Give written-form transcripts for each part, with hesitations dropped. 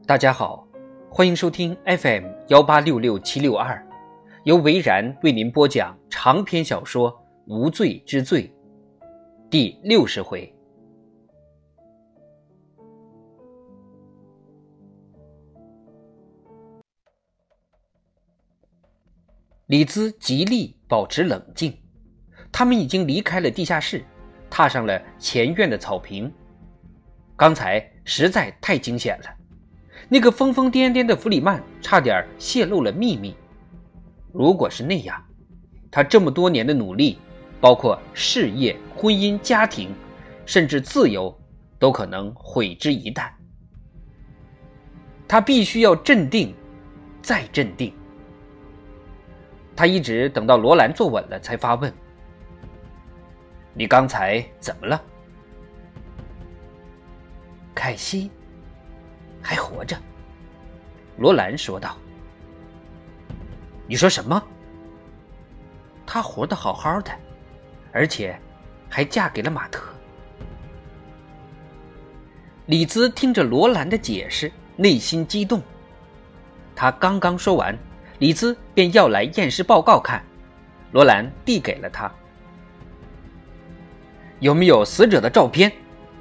大家好，欢迎收听 FM1866762，由维然为您播讲长篇小说《无罪之罪》第60回。李兹极力保持冷静，他们已经离开了地下室，踏上了前院的草坪。刚才实在太惊险了，那个疯疯癫癫的弗里曼差点泄露了秘密。如果是那样，他这么多年的努力，包括事业、婚姻、家庭，甚至自由，都可能毁之一旦。他必须要镇定，再镇定。他一直等到罗兰坐稳了才发问：你刚才怎么了？凯西还活着，罗兰说道。你说什么？她活得好好的，而且还嫁给了马特。李兹听着罗兰的解释，内心激动。他刚刚说完，李兹便要来验尸报告看，罗兰递给了他。有没有死者的照片？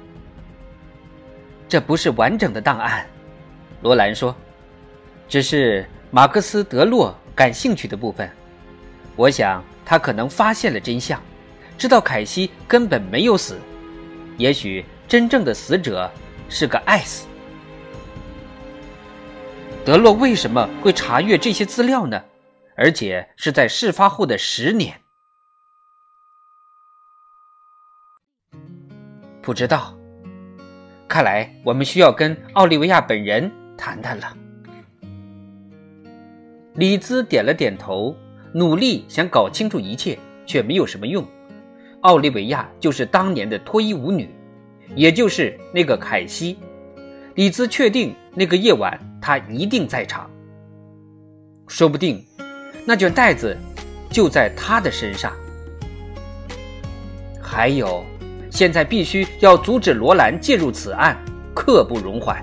这不是完整的档案，罗兰说，只是马克思·德洛感兴趣的部分。我想他可能发现了真相，知道凯西根本没有死，也许真正的死者是个艾斯。德洛为什么会查阅这些资料呢？而且是在事发后的10年。不知道，看来我们需要跟奥利维亚本人谈谈了。李兹点了点头，努力想搞清楚一切，却没有什么用。奥利维亚就是当年的脱衣舞女，也就是那个凯西。李兹确定那个夜晚她一定在场，说不定那卷带子就在她的身上。还有，现在必须要阻止罗兰介入此案，刻不容缓。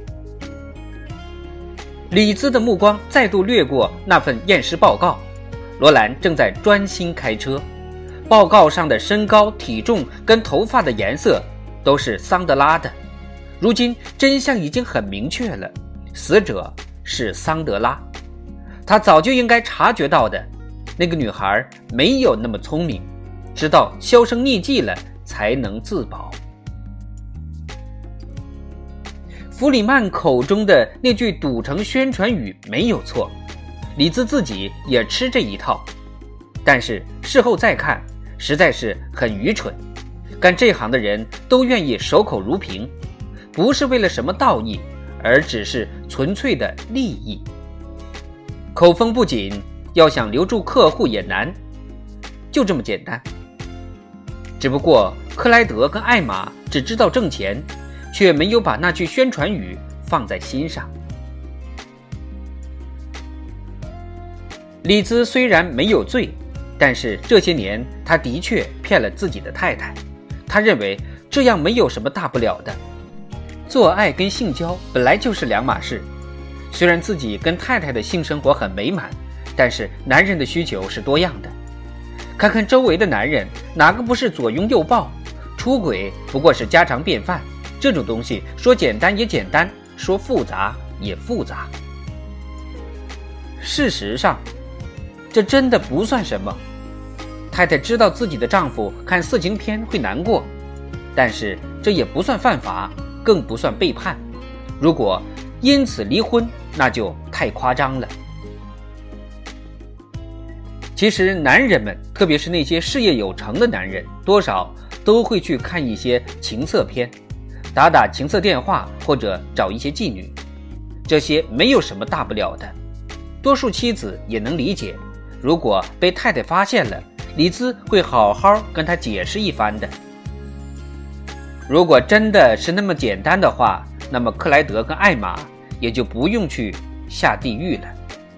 李兹的目光再度掠过那份验尸报告，罗兰正在专心开车。报告上的身高、体重跟头发的颜色都是桑德拉的。如今真相已经很明确了，死者是桑德拉。他早就应该察觉到的，那个女孩没有那么聪明，直到销声匿迹了才能自保。弗里曼口中的那句赌城宣传语没有错，李兹自己也吃这一套，但是事后再看，实在是很愚蠢。干这行的人都愿意守口如瓶，不是为了什么道义，而只是纯粹的利益。口风不紧，要想留住客户也难，就这么简单。只不过克莱德跟艾玛只知道挣钱，却没有把那句宣传语放在心上。李兹虽然没有罪，但是这些年他的确骗了自己的太太。他认为这样没有什么大不了的，做爱跟性交本来就是两码事。虽然自己跟太太的性生活很美满，但是男人的需求是多样的。看看周围的男人，哪个不是左拥右抱？出轨不过是家常便饭，这种东西说简单也简单，说复杂也复杂。事实上，这真的不算什么。太太知道自己的丈夫看色情片会难过，但是这也不算犯法，更不算背叛。如果因此离婚，那就太夸张了。其实男人们，特别是那些事业有成的男人，多少都会去看一些情色片，打打情色电话，或者找一些妓女。这些没有什么大不了的，多数妻子也能理解。如果被太太发现了，李兹会好好跟他解释一番的。如果真的是那么简单的话，那么克莱德跟艾玛也就不用去下地狱了。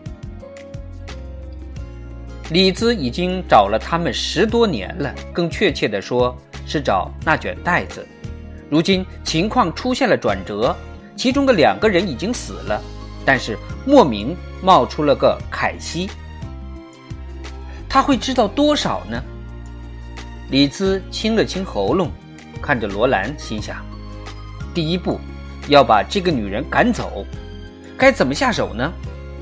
李兹已经找了他们10多年了，更确切地说是找那卷带子。如今情况出现了转折， 其中的2个人已经死了，但是莫名冒出了个凯西。他会知道多少呢？李兹清了清喉咙，看着罗兰，心想：第一步要把这个女人赶走，该怎么下手呢？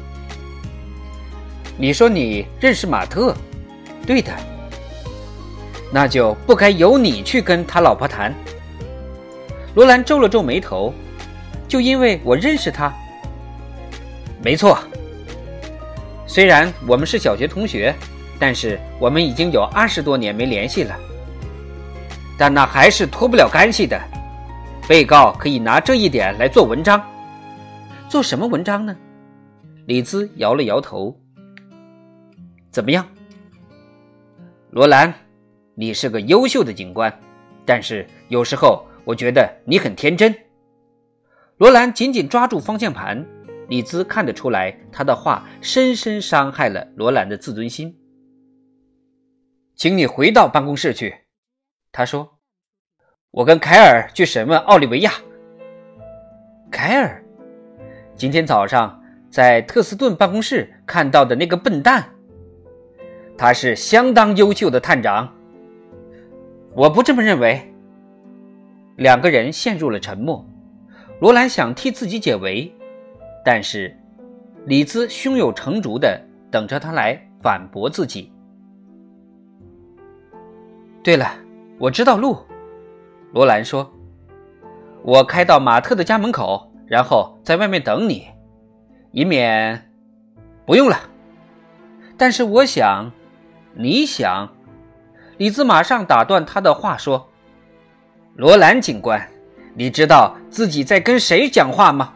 你说你认识马特？对的。那就不该由你去跟他老婆谈。罗兰皱了皱眉头，就因为我认识他？没错。虽然我们是小学同学，但是我们已经有20多年没联系了。但那还是脱不了干系的。被告可以拿这一点来做文章。做什么文章呢？李兹摇了摇头。怎么样？罗兰，你是个优秀的警官，但是有时候我觉得你很天真。罗兰紧紧抓住方向盘，李兹看得出来，他的话深深伤害了罗兰的自尊心。请你回到办公室去，他说。我跟凯尔去审问奥利维亚。凯尔？今天早上在特斯顿办公室看到的那个笨蛋。他是相当优秀的探长。我不这么认为。2个人陷入了沉默。罗兰想替自己解围，但是李兹胸有成竹地等着他来反驳自己。对了，我知道路。罗兰说，我开到马特的家门口，然后在外面等你，以免……不用了。但是我想，你想……李兹马上打断他的话说，罗兰警官，你知道自己在跟谁讲话吗？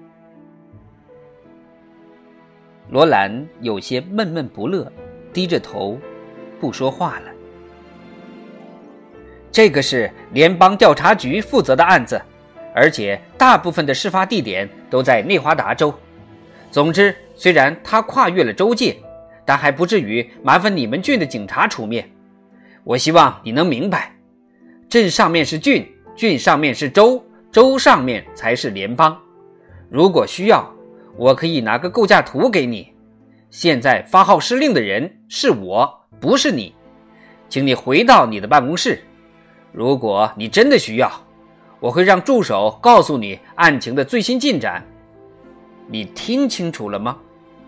罗兰有些闷闷不乐，低着头不说话了。这个是联邦调查局负责的案子，而且大部分的事发地点都在内华达州。总之，虽然他跨越了州界，但还不至于麻烦你们郡的警察出面。我希望你能明白，镇上面是郡，郡上面是州，州上面才是联邦。如果需要，我可以拿个构架图给你。现在发号施令的人是我，不是你。请你回到你的办公室。如果你真的需要，我会让助手告诉你案情的最新进展。你听清楚了吗？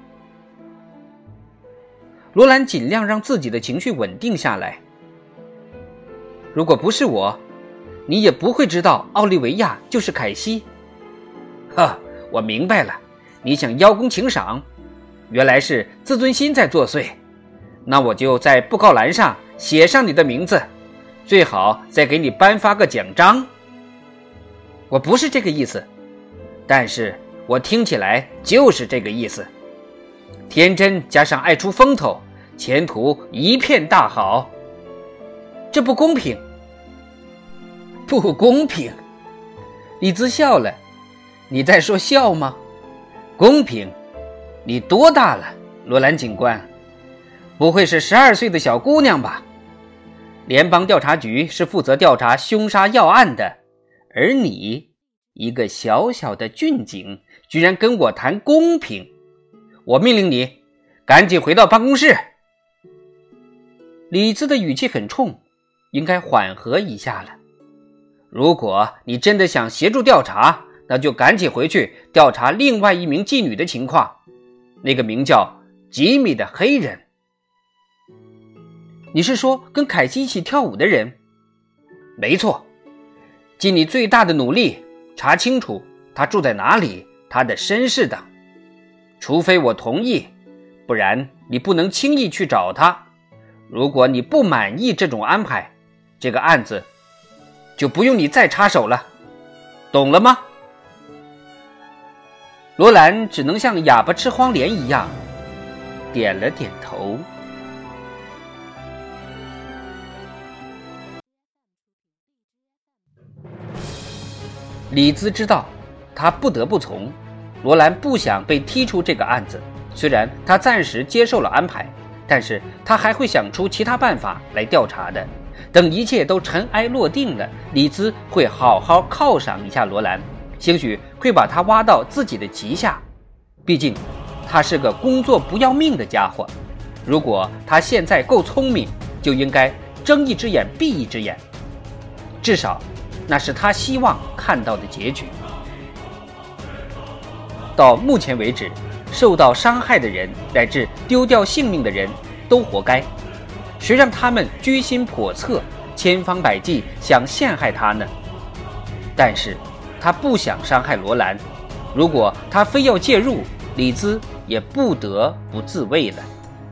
罗兰尽量让自己的情绪稳定下来。如果不是我，你也不会知道奥利维亚就是凯西。我明白了，你想邀功请赏，原来是自尊心在作祟。那我就在布告栏上写上你的名字，最好再给你颁发个奖章。我不是这个意思，但是我听起来就是这个意思。天真加上爱出风头，前途一片大好。这不公平。不公平。李兹笑了。你在说笑吗？公平。你多大了，罗兰警官？不会是12岁的小姑娘吧？联邦调查局是负责调查凶杀要案的，而你一个小小的郡警居然跟我谈公平。我命令你赶紧回到办公室。李兹的语气很冲，应该缓和一下了。如果你真的想协助调查，那就赶紧回去调查另外一名妓女的情况，那个名叫吉米的黑人。你是说跟凯西一起跳舞的人？没错，尽你最大的努力查清楚他住在哪里，他的身世等。除非我同意，不然你不能轻易去找他。如果你不满意这种安排，这个案子就不用你再插手了，懂了吗？罗兰只能像哑巴吃黄连一样点了点头。李兹知道他不得不从，罗兰不想被踢出这个案子，虽然他暂时接受了安排，但是他还会想出其他办法来调查的。等一切都尘埃落定了，李兹会好好犒赏一下罗兰，兴许会会把他挖到自己的旗下，毕竟他是个工作不要命的家伙。如果他现在够聪明，就应该睁一只眼闭一只眼，至少那是他希望看到的结局。到目前为止，受到伤害的人乃至丢掉性命的人都活该，谁让他们居心叵测，千方百计想陷害他呢？但是他不想伤害罗兰，如果他非要介入，李兹也不得不自卫了。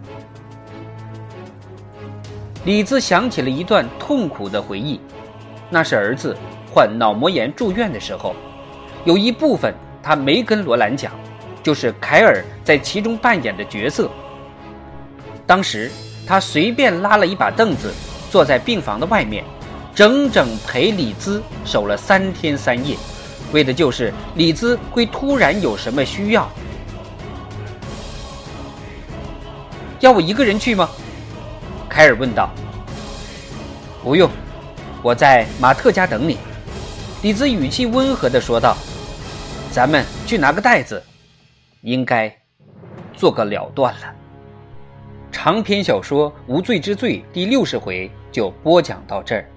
李兹想起了一段痛苦的回忆，那是儿子患脑膜炎住院的时候，有一部分他没跟罗兰讲，就是凯尔在其中扮演的角色。当时他随便拉了一把凳子，坐在病房的外面，整整陪李兹守了3天3夜，为的就是李兹会突然有什么需要。要我一个人去吗？凯尔问道。不用，我在马特家等你。李兹语气温和地说道。咱们去拿个袋子，应该做个了断了。长篇小说《无罪之罪》第60回就播讲到这儿。